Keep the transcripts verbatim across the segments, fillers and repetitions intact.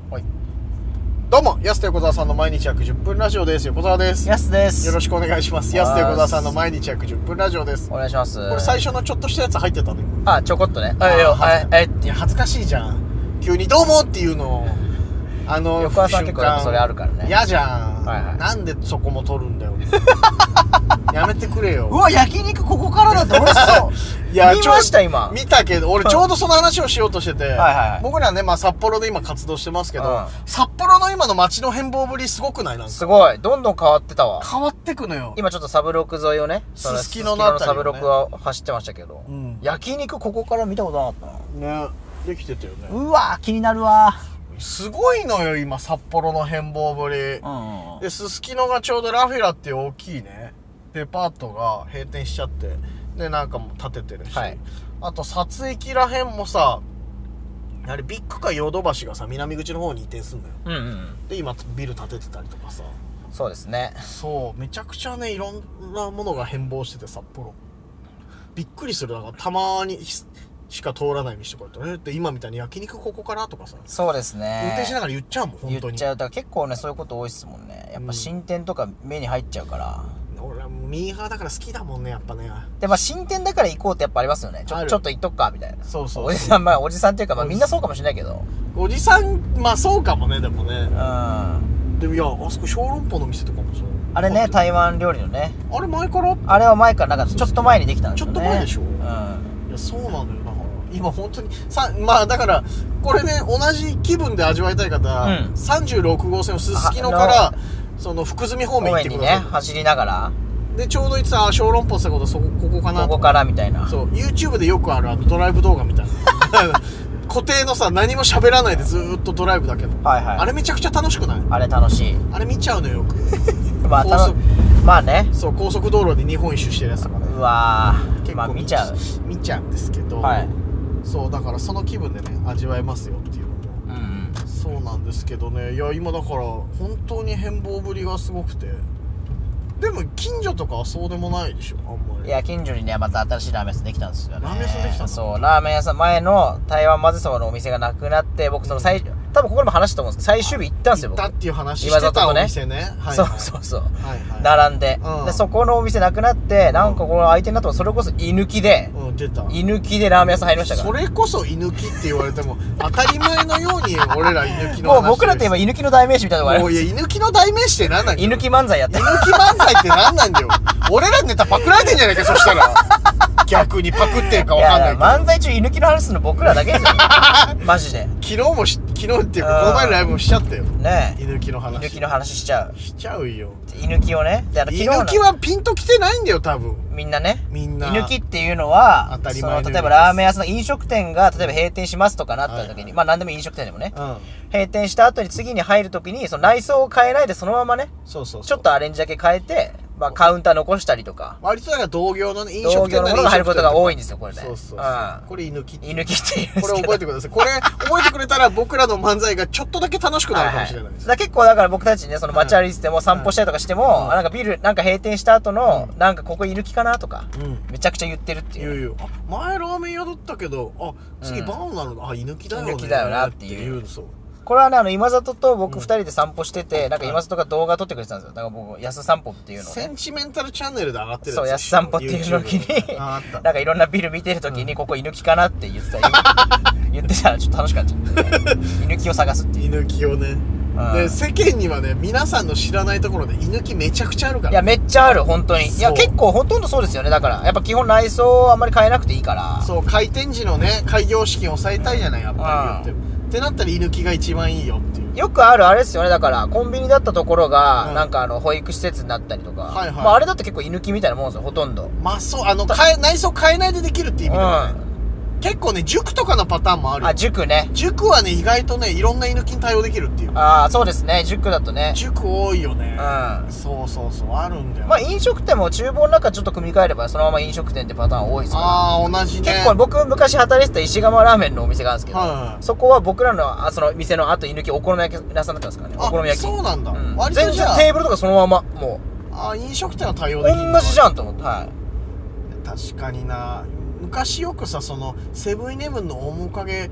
はい。どうも、安手横澤さんの毎日約じゅっぷんラジオです。横澤です。 やすです。 よろしくお願いします。安手横澤さんの毎日約じゅっぷんラジオです。 お願いします。 これ最初のちょっとしたやつ入ってたのよ。 あ、ちょこっとね。 ああ、いや、 え、 え、 いや、恥ずかしいじゃん。急にどうもっていうのを。あの、 横川さん結構やっぱそれあるからね。 嫌じゃん。 はいはい。 なんでそこも撮るんだよ。やめてくれよ。 うわ、焼肉ここからだって美味しそう。いや、見ました今。 見たけど、俺ちょうどその話をしようとしてて、 はいはい。 僕らね、まあ札幌で今活動してますけど、 うん、 札幌の今の街の変貌ぶりすごくない？なんかすごい。どんどん変わってたわ。 変わってくのよ。 今ちょっとサブロク沿いをね、 すすきののあたり、ね、 サブロクは走ってましたけど、うん、焼肉ここから見たことなかったな。ね、できてたよね。 うわ、気になるわ。 すごいのよ、今、札幌の変貌ぶり。うんうん、で、すすきのがちょうどラフィラっていう大きいね、デパートが閉店しちゃって、で、なんかも建ててるし、はい、あと、薩駅らへんもさ、あれ、ビッグかヨドバシがさ、南口の方に移転すんのよ。うんうん、で、今、ビル建ててたりとかさ。 そうですね。 そう、めちゃくちゃね、いろんなものが変貌してて、札幌。びっくりする。だから、たまに、しか通らない道とか言って、え、今みたいに焼肉ここからとかさ。 そうですね。 運転しながら言っちゃうもん、本当に。 言っちゃう。だから結構ね、そういうこと多いっすもんね。やっぱ新店とか目に入っちゃうから。 うん、俺はミーハーだから好きだもんね、やっぱね。 で、まあ新店だから行こうってやっぱありますよね。ちょ、ちょっと行っとくか、みたいな。 そうそうそう。 おじさん、まあおじさんっていうか、まあみんなそうかもしれないけど。 おじさん、まあそうかもね、でもね。 うん。 でもいや、あそこ小籠包の店とかもさ。 あれね、台湾料理のね。 あれ前からあれは前から、なんかちょっと前にできたんですよね。 ちょっと前でしょ。うん。いや、そうなのよ。今本当にさ、まあだからこれね、同じ気分で味わいたい方、うん、さんじゅうろく号線をすすきのからその福住方面行ってください。 ね、走りながらでちょうどいつさ、小籠包したことそこここかな、 ここからみたいな。 そう YouTube でよくあるあのドライブ動画みたいな固定のさ、何も喋らないでずーっとドライブだけど、はいはい、あれめちゃくちゃ楽しくない？ あれ楽しい。 あれ見ちゃうのよくまあたまあね、 そう高速道路で日本一周してるやつとか、ね、 うわー、結構まあ見ちゃう見ちゃうんですけど、はい、そうだからその気分でね味わえますよっていうのも、うん、そうなんですけどね。いや今だから本当に変貌ぶりがすごくて、でも近所とかはそうでもないでしょ、あんまり。 いや、近所にねまた新しいラーメン屋さんできたんですよね。 ラーメン屋さんできたの？ そう、ラーメン屋さん、前の台湾まぜそばのお店がなくなって、僕その最、多分ここでも話したと思うんですけど、最終日行ったんですよ。 行ったっていう話してたお店ね。 はい、そうそうそう、はいはい、並んで、うん、でそこのお店なくなって、なんかこの相手になったらそれこそ居抜きで、うん、出た居抜きでラーメン屋さん入りましたから。 それこそ居抜きって言われても当たり前のように俺ら居抜きの話もう僕らって今居抜きの代名詞みたいなのがある。 もういや、居抜きの代名詞って何なんだよ。 居抜き漫才やって居抜き漫才って何なんだよ俺らのネタパクられてんじゃないか、そしたら逆にパクってるか分かんないけど。 漫才中居抜きの話するの僕らだけですよマジで。 昨日もし昨日っていうかこの前のライブもしちゃったよね。居抜きの話居抜きの話しちゃうしちゃうよ。 居抜きをね、 であの居抜きはピンときてないんだよ多分。 みんなね、みんな居抜きっていうのは当たり前の例えばラーメン屋さんの飲食店が例えば閉店しますとかなった時に、はいはい、まあ何でも飲食店でもね、うん、閉店した後に次に入る時にその内装を変えないでそのままね、そうそうそう、ちょっとアレンジだけ変えて、まあ、カウンター残したりとか、割とだから同業の、ね、 飲食店のものが入ることが多いんですよ、これね。 そうそうそう、うん、これ居抜きって居抜きっていう。 これ覚えてください。これ覚えてくれたら僕らの漫才がちょっとだけ楽しくなるかもしれないです。 はいはい、だ結構だから僕たちね、その街歩いてても散歩したりとかしても、はい、なんかビルなんか閉店した後の、うん、なんかここ居抜きかなとか、うん、めちゃくちゃ言ってるっていう。言うよ。 あ、前ラーメン屋だったけど、あ、次バーンなの、うん、あ、居抜きだよね。 居抜きだよなっていう。 そう。 これはね、あの、今里と僕二人で散歩してて、うん、なんか今里が動画撮ってくれてたんですよ。だから僕、安散歩っていうのを、ね。 センチメンタルチャンネルで上がってるやつ。 そう、安散歩っていう時に、なんかいろんなビル見てる時に、ここ居抜きかなって言ってた。言ってたらちょっと楽しかった。居抜きを探すっていう。 居抜きをね。うん、で、世間にはね、皆さんの知らないところで居抜きめちゃくちゃあるから。 いや、めっちゃある、本当に。いや、結構ほとんどそうですよね。だから、やっぱ基本内装をあんまり変えなくていいから。 そう、開店時のね、開業資金を抑えたいじゃない、やっぱり言って。ってなったら居抜きが一番いいよっていう。 よくあるあれですよね。だからコンビニだったところが、うん、なんかあの保育施設になったりとか、はいはい、まああれだって結構居抜きみたいなもんですよ、ほとんど。 まあそう、あの変え内装変えないでできるっていう意味ではね、うん、結構ね塾とかのパターンもあるよ。 あ、塾ね。 塾はね意外とねいろんな居抜きに対応できるっていう。 ああ、そうですね、塾だとね。 塾多いよね。うん。そうそうそう、あるんだよ。 まあ飲食店も厨房の中ちょっと組み替えればそのまま飲食店ってパターン多いですから。 ああ、同じね。 結構僕昔働いてた石窯ラーメンのお店があるんですけど、はい、そこは僕らのあその店の後居抜きお好み焼き屋さんだったんですからね。お好み焼き。 そうなんだ。うん、 割と全然テーブルとかそのままもう。ああ、飲食店は対応できる。 同じじゃんと思って。はい。 確かにな。昔よくさ、そのセブンイレブンの面影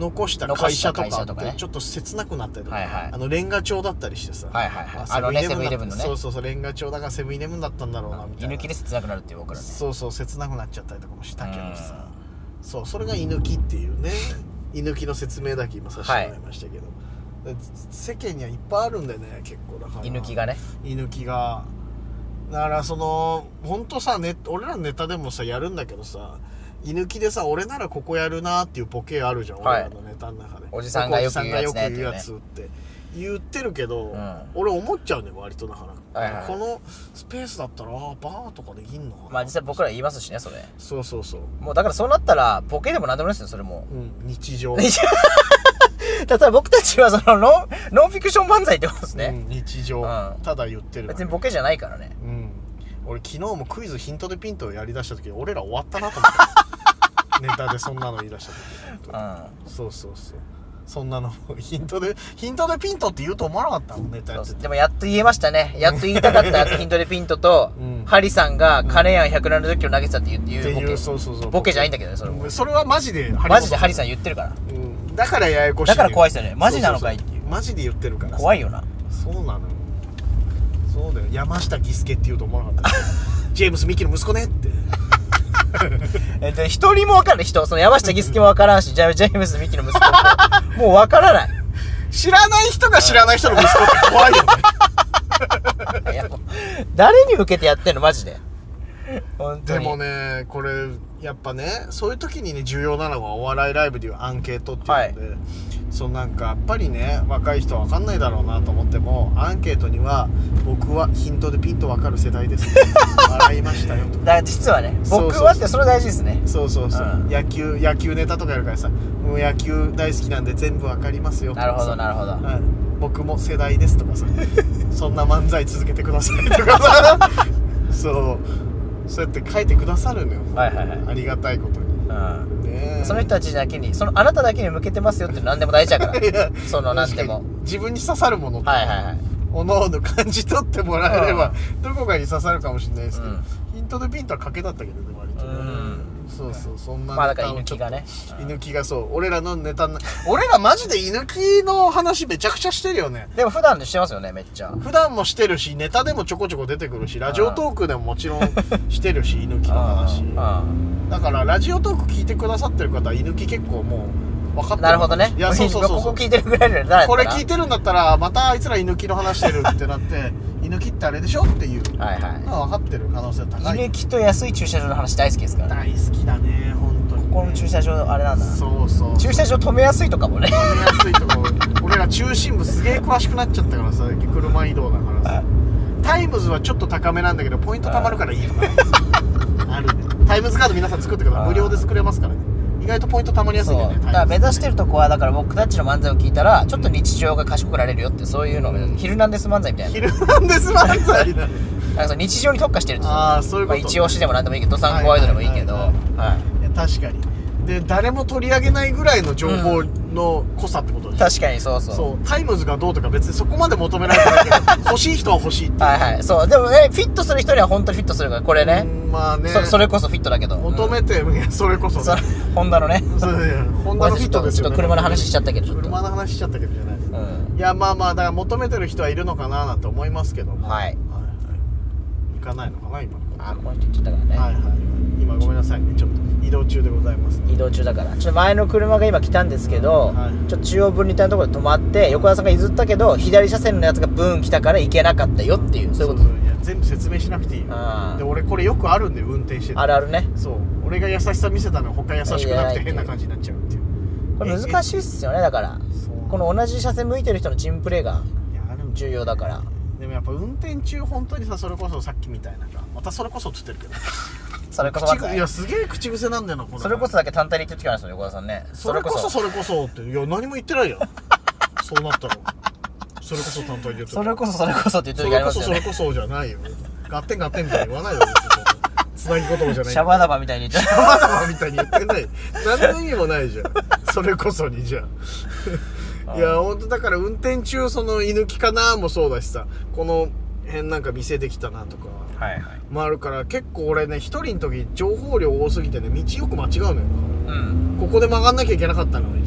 残した会社とかってちょっと切なくなったりとか、はいはい、あのレンガ調だったりしてさ、 はいはいはい、あのねセブンイレブンのね、 そうそうそうレンガ調だからセブンイレブンだったんだろうなみたいな、 居抜きで切なくなるっていうからね、 そうそう切なくなっちゃったりとかもしたけどさ、そうそれが居抜きっていうね居抜きの説明だけ今させてもらいましたけど、はい、世間にはいっぱいあるんでね結構だから居抜きがね居抜きがだからその本当さ、ね、俺らのネタでもさやるんだけどさ居抜きでさ俺ならここやるなっていうボケあるじゃん、はい、俺らのネタの中でおじさんがよく言うやつ、ね、 言うやつって言ってるけど、うん、俺思っちゃうね割とだから、はいはい、このスペースだったらバーとかできんのかな、 まあ実際僕ら言いますしねそれ、 そうそうそう、 もうだからそうなったらボケでもなんでもないですよそれも、 うん、日常例えば僕たちはそのノン、ノンフィクション漫才ってことですね、うん、 日常、うん、ただ言ってる、 別にボケじゃないからね、 うん、俺昨日もクイズヒントでピントをやりだした時俺ら終わったなと思ってネタでそんなの言い出した時、うん、そうそうそうそんなのヒントでヒントでピントって言うと思わなかったのネタやってて、 でもやっと言えましたね、やっと言いたかったやつヒントでピントと、うん、ハリさんが金やんひゃくななじゅっキロ投げてたっていうボケ、そうそうそうボケじゃないんだけどねそれも、 それはマジでマジでハリさん言ってるから、 うん、だからややこしい、 だから怖いですよね、マジなのかいっていう、 そうそうそうマジで言ってるから怖いよな、 そうなのよ、そうだよ、山下義介って言うと思わなかったジェームス・ミキの息子ねってえっと一人も分からない人、その山下義介も分からんし、ジェームス・ミキの息子ってもう分からない、 知らない人が知らない人の息子って怖いよねいやもう誰に向けてやってんのマジで本当に。 でもねこれやっぱねそういう時にね重要なのはお笑いライブでいうアンケートっていうので、はい、そうなんかやっぱりね若い人は分かんないだろうなと思ってもアンケートには僕はヒントでピンと分かる世代です笑いましたよとか、 だから実はね僕はってそれ大事ですね、 そうそうそう、うん、野球野球ネタとかやるからさもう野球大好きなんで全部分かりますよとか、 なるほどなるほど、うん、 僕も世代ですとかさそんな漫才続けてくださいとかさそうそうやって書いてくださるのよ、はいはいはい、ありがたいことに、うんね、 その人たちだけにそのあなただけに向けてますよって何でも大事だからいやその何でも自分に刺さるものって、 はいはいはい、 おのおの感じ取ってもらえれば、うん、どこかに刺さるかもしれないですけど、うん、ヒントでピントは賭けだったけどね割と、うん、そうそうそんなまあだから居抜きがね、 居抜きがそう俺らのネタな俺らマジで居抜きの話めちゃくちゃしてるよね。 でも普段でしてますよねめっちゃ。 普段もしてるしネタでもちょこちょこ出てくるしラジオトークでももちろんしてるし居抜きの話だからラジオトーク聞いてくださってる方は居抜き結構もう分かってる。 なるほどね。 いやそうそうそうここ聞いてるぐらいで誰これ聞いてるんだったらまたあいつら居抜きの話してるってなって居抜きってあれでしょっていうはいはい分かってる可能性高い。 居抜きと安い駐車場の話大好きですからね。大好きだね本当に、ね、 ここの駐車場あれなんだ。 そうそう駐車場止めやすいとかもね。 止めやすいとこ俺ら中心部すげえ詳しくなっちゃったからさ車移動だからさタイムズはちょっと高めなんだけどポイント貯まるからいいのかなあるね。タイムズカード皆さん作ってください。無料で作れますからね。意外とポイント貯まりやすいんだよね。 だから目指してるとこはだから僕たちの漫才を聞いたらちょっと日常が賢くなれるよってそういうのを、うん、ヒルナンデス漫才みたいな。 ヒルナンデス漫才だね。 なんかその日常に特化してるってああそういうこと、 まあ、一押しでもなんでもいいけどドサンコワイドでもいいけど、はいはいはいはい、 いや確かにで誰も取り上げないぐらいの情報の濃さってことでしょ、うん、 確かにそうそうそうタイムズがどうとか別にそこまで求められてないけど欲しい人は欲しいってはいはいそうでもねフィットする人には本当にフィットするからこれねまあねそ, それこそフィットだけど求めて、うん、いやそれこそ、ね、そホンダのねそれホンダのフィットですよね。 ちょっと車の話しちゃったけど車の話しちゃったけどじゃないです、うん、いやまあまあだから求めてる人はいるのかななんて思いますけどもはい、はいはい、 行かないのかな今あこの人言っちゃったからねはいはい今ごめんなさいねちょっと移動中でございます、ね、 移動中だからちょっと前の車が今来たんですけど、はい、ちょっと中央分離帯のところで止まって横田さんが譲ったけど左車線のやつがブーン来たから行けなかったよっていう、うん、そういうことそうそういや全部説明しなくていいよで俺これよくあるんで運転しててあるあるねそう俺が優しさ見せたの他優しくなくて変な感じになっちゃうっていうこれ難しいっすよねだからこの同じ車線向いてる人のチームプレーが重要だからでもやっぱ運転中本当にさそれこそさっきみたいなまたそれこそっつってるけどそれこそいやすげえ口癖なんだよなこれそれこそだけ単体で言ってる時あるんですよ横田さんねそれこそそれこそっていや何も言ってないやんそうなったらそれこそ単体で言ってるそれこそそれこそって言ってる時ありますよねそれこそそれこそじゃないよガッテンガッテンみたいに言わないよつなぎ言葉じゃないシャバダバみたいに言ってシャバダバみたいに言ってない何の意味もないじゃんそれこそにじゃあいや本当だから運転中その居抜きかなもそうだしさこの辺なんか店できたなとかはいはいもあるから結構俺ね一人の時情報量多すぎてね道よく間違うのよだから、うん、ここで曲がんなきゃいけなかったのにとか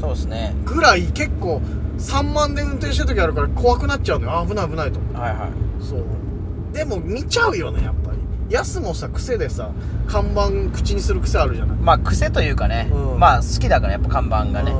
そうですねぐらい結構さんまんで運転してる時あるから怖くなっちゃうのよ。あ、危ない危ないと思って。 はいはい。 そうでも見ちゃうよねやっぱり。ヤスもさ癖でさ看板口にする癖あるじゃない。 まあ癖というかね、うん、まあ好きだからやっぱ看板がね、うん、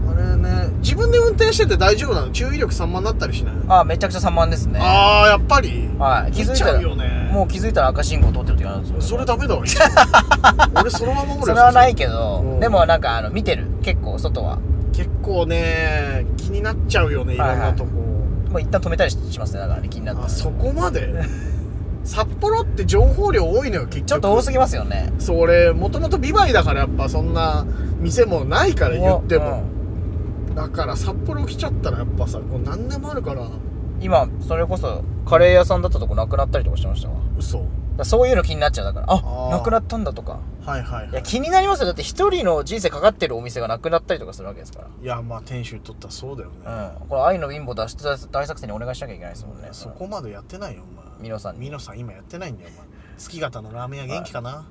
うん、あれね自分で運転してて大丈夫なの？注意力さんまんになったりしない？ ああめちゃくちゃさんまんですね。 ああやっぱり、 はい、気づいたら、ね、もう気づいたら赤信号通ってる時あるんですよ。 それダメだわ俺そのまま守るよ。 それはないけど、うん、でもなんかあの見てる結構外は結構ね気になっちゃうよね、いろんなとこ、はいはい、 もう一旦止めたりしますね。だからね気になったら。 あそこまで札幌って情報量多いのよ結局。 ちょっと多すぎますよね。 それもともとビバイだからやっぱそんな店もないから言っても、うん、だから札幌来ちゃったらやっぱさこう何でもあるから。 今それこそカレー屋さんだったとこなくなったりとかしてましたわ。 嘘。 だそういうの気になっちゃう。だからあなくなったんだとか。 はいはい、はい、 いや気になりますよ。だって一人の人生かかってるお店がなくなったりとかするわけですから。 いやまあ店主にとったらそうだよね。 うん。これ愛の貧乏脱出大作戦にお願いしなきゃいけないですもんね。 そこまでやってないよお前。 ミノさんに。 ミノさん今やってないんだよお前。月形のラーメン屋元気かな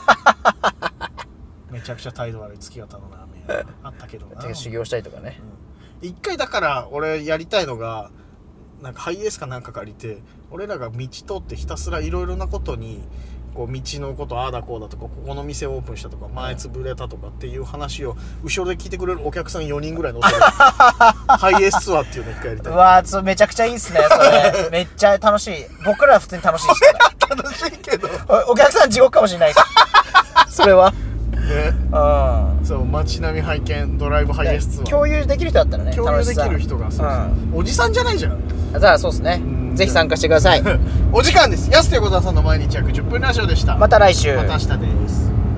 めちゃくちゃ態度悪い月形のラーメン屋あったけどな修行したりとかね、 うん、一回だから俺やりたいのがなんかハイエースかなんか借りて俺らが道通ってひたすらいろいろなことにこう道のことああだこうだとかここの店オープンしたとか前潰れたとかっていう話を後ろで聞いてくれるお客さんよにんぐらい乗せるハイエースツアーっていうの一回やりたい。 うわーめちゃくちゃいいっすねそれめっちゃ楽しい。僕らは普通に楽しいっすから楽しいけどお, お客さん地獄かもしれないですそれはね、うん、そう街並み拝見ドライブハイエースツアー共有できる人だったらね。 共有できる人がそう、うん、おじさんじゃないじゃん。 じゃあそうですね、ぜひ参加してくださいお時間です。安手小沢さんの毎日約じゅっぷんラジオでした。 また来週。 また明日です。